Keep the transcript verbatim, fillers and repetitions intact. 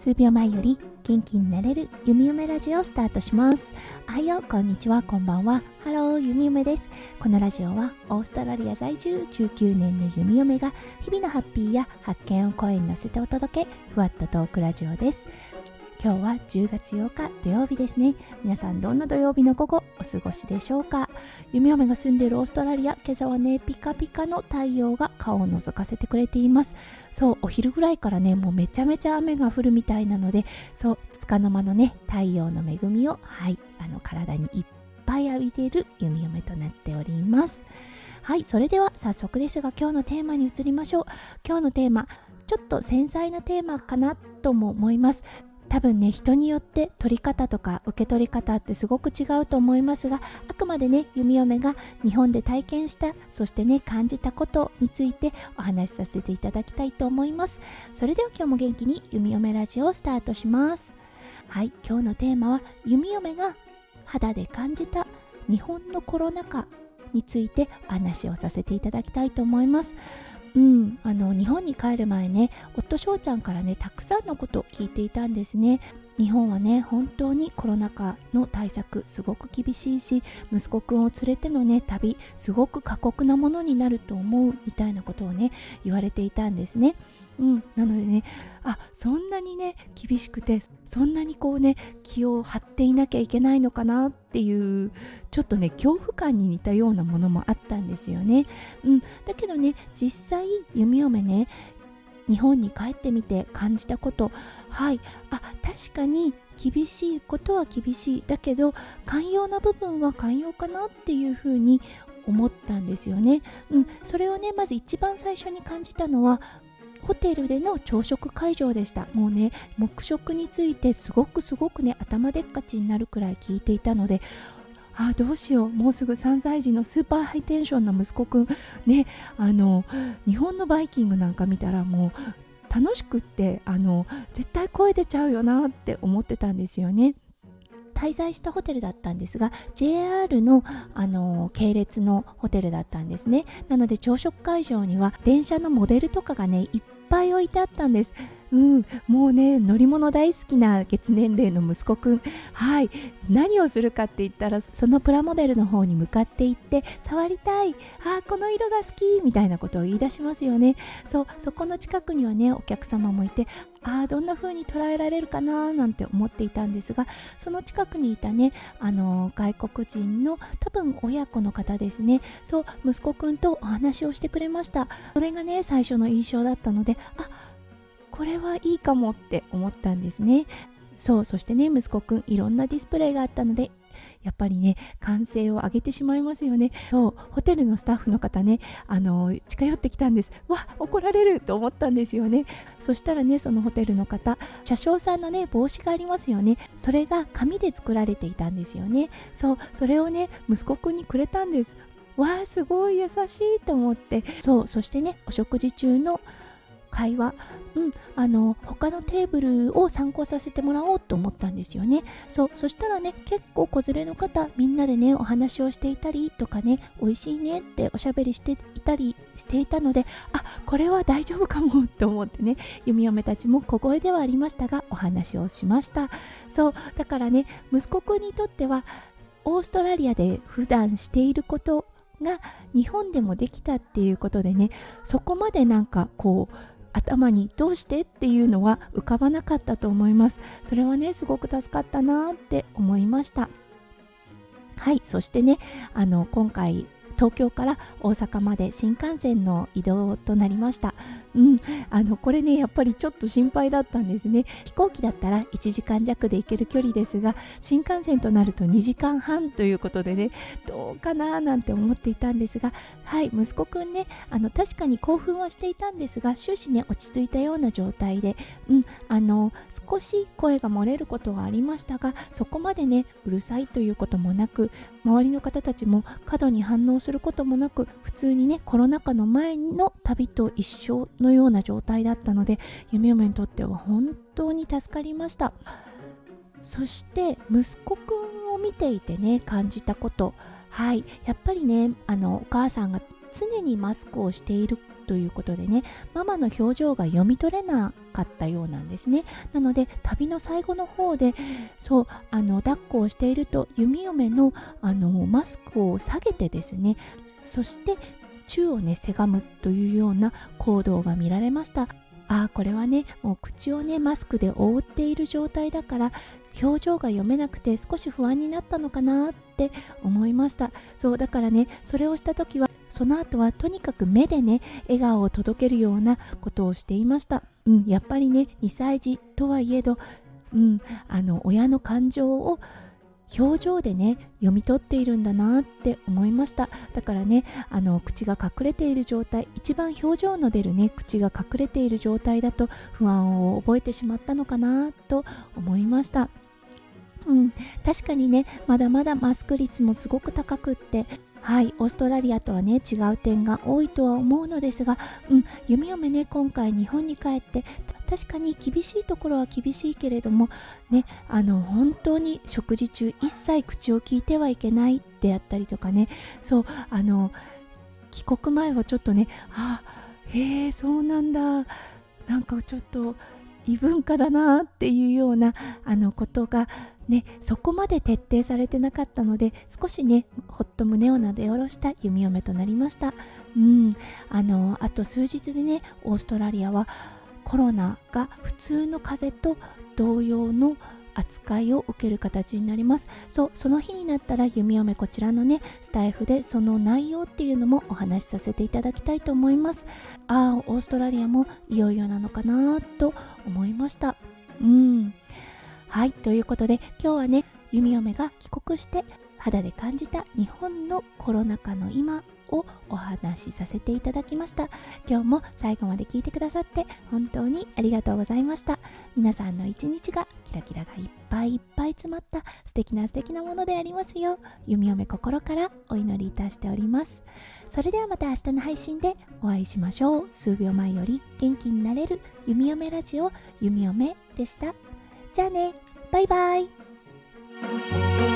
数秒前より元気になれるゆみゆめラジオをスタートします。おはよう、こんにちは、こんばんは。ハロー、ゆみゆめです。このラジオはオーストラリア在住じゅうきゅうねんのゆみゆめが日々のハッピーや発見を声に乗せてお届け、ふわっとトークラジオです。今日はじゅうがつようか土曜日ですね。皆さんどんな土曜日の午後お過ごしでしょうか。ゆみおめが住んでいるオーストラリア、今朝はねピカピカの太陽が顔を覗かせてくれています。そう、お昼ぐらいからねもうめちゃめちゃ雨が降るみたいなので、そうつかの間のね太陽の恵みをはいあの体にいっぱい浴びているゆみおめとなっております。はい、それでは早速ですが今日のテーマに移りましょう。今日のテーマ、ちょっと繊細なテーマかなとも思います。多分ね、人によって取り方とか受け取り方ってすごく違うと思いますが、あくまでねゆみよめが日本で体験した、そしてね感じたことについてお話しさせていただきたいと思います。それでは今日も元気にゆみよめラジオをスタートします。はい、今日のテーマはゆみよめが肌で感じた日本のコロナ禍についてお話をさせていただきたいと思います。うん、あの日本に帰る前ね、夫翔ちゃんからねたくさんのことを聞いていたんですね。日本はね本当にコロナ禍の対策すごく厳しいし、息子くんを連れてのね旅すごく過酷なものになると思うみたいなことをね言われていたんですね。うん、なのでね、あ、そんなにね厳しくて、そんなにこうね気を張っていなきゃいけないのかなっていうちょっとね恐怖感に似たようなものもあったんですよね。うん、だけどね実際ゆみおめね日本に帰ってみて感じたこと、はい、あ、確かに厳しいことは厳しい、だけど寛容な部分は寛容かなっていうふうに思ったんですよね。うん、それをねまず一番最初に感じたのはホテルでの朝食会場でした。もうね黙食についてすごくすごくね頭でっかちになるくらい聞いていたので、あ、どうしよう、もうすぐさんさい児のスーパーハイテンションな息子くんね、あの日本のバイキングなんか見たらもう楽しくってあの絶対声出ちゃうよなって思ってたんですよね。滞在したホテルだったんですが ジェイアール の, あの系列のホテルだったんですね。なので朝食会場には電車のモデルとかがねいっぱい置いてあったんです。うん、もうね乗り物大好きな月年齢の息子くん、はい、何をするかって言ったらそのプラモデルの方に向かっていって触りたい、あ、この色が好きみたいなことを言い出しますよね。そう、そこの近くにはねお客様もいて、あ、どんな風に捉えられるかななんて思っていたんですが、その近くにいたねあの外国人の多分親子の方ですね、そう息子くんとお話をしてくれました。それがね最初の印象だったので、あ、これはいいかもって思ったんですね。そう、そしてね息子くんいろんなディスプレイがあったのでやっぱりね歓声を上げてしまいますよね。そう、ホテルのスタッフの方ねあの近寄ってきたんです。わ、怒られると思ったんですよね。そしたらねそのホテルの方、車掌さんのね帽子がありますよね、それが紙で作られていたんですよね。そう、それをね息子くんにくれたんです。わー、すごい優しいと思って、そう、そしてねお食事中の会話、うん、あの他のテーブルを参考させてもらおうと思ったんですよね。そう、そしたらね結構子連れの方みんなでねお話をしていたりとかね、美味しいねっておしゃべりしていたりしていたので、あ、これは大丈夫かもと思ってね、ゆみおめたちも小声ではありましたがお話をしました。そうだからね息子くんにとってはオーストラリアで普段していることが日本でもできたっていうことでね、そこまでなんかこう頭にどうしてっていうのは浮かばなかったと思います。それはねすごく助かったなって思いました。はい、そしてねあの今回東京から大阪まで新幹線の移動となりました。うん、あのこれねやっぱりちょっと心配だったんですね。飛行機だったらいちじかん弱で行ける距離ですが、新幹線となるとにじかんはんということでね、どうかななんて思っていたんですが、はい、息子くんねあの確かに興奮はしていたんですが終始ね落ち着いたような状態で、うん、あの少し声が漏れることはありましたが、そこまでねうるさいということもなく、周りの方たちも過度に反応することもなく、普通にねコロナ禍の前の旅と一緒のような状態だったので、ゆみおめにとっては本当に助かりました。そして息子くんを見ていてね感じたこと、はい、やっぱりねあのお母さんが常にマスクをしているということでね、ママの表情が読み取れなかったようなんですね。なので旅の最後の方でそうあの抱っこをしていると弓嫁のあのマスクを下げてですね、そして宙をねせがむというような行動が見られました。ああ、これはねもう口をねマスクで覆っている状態だから表情が読めなくて少し不安になったのかなって思いました。そうだからね、それをした時はその後はとにかく目でね笑顔を届けるようなことをしていました。うん、やっぱりねにさい児とはいえど、うん、あの親の感情を表情でね読み取っているんだなって思いました。だからねあの口が隠れている状態、一番表情の出るね口が隠れている状態だと不安を覚えてしまったのかなと思いました。うん、確かにねまだまだマスク率もすごく高くって、はい、オーストラリアとはね違う点が多いとは思うのですが、うん、弓嫁ね今回日本に帰って確かに厳しいところは厳しいけれどもね、あの本当に食事中一切口を聞いてはいけないであったりとかね、そうあの帰国前はちょっとね、あ、へえそうなんだ、なんかちょっと異文化だなっていうようなあのことがね、そこまで徹底されてなかったので少しねほっと胸をなで下ろした弓嫁となりました。うん、あのあと数日でねオーストラリアはコロナが普通の風邪と同様の扱いを受ける形になります。そう、その日になったら弓嫁こちらのねスタイフでその内容っていうのもお話しさせていただきたいと思います。ああ、オーストラリアもいよいよなのかなと思いました。うん、はい、ということで今日はね弓嫁が帰国して肌で感じた日本のコロナ禍の今をお話しさせていただきました。今日も最後まで聞いてくださって本当にありがとうございました。皆さんの一日がキラキラがいっぱいいっぱい詰まった素敵な素敵なものでありますよう弓嫁心からお祈りいたしております。それではまた明日の配信でお会いしましょう。数秒前より元気になれる弓嫁ラジオ弓嫁でした。じゃあね、バイバイ。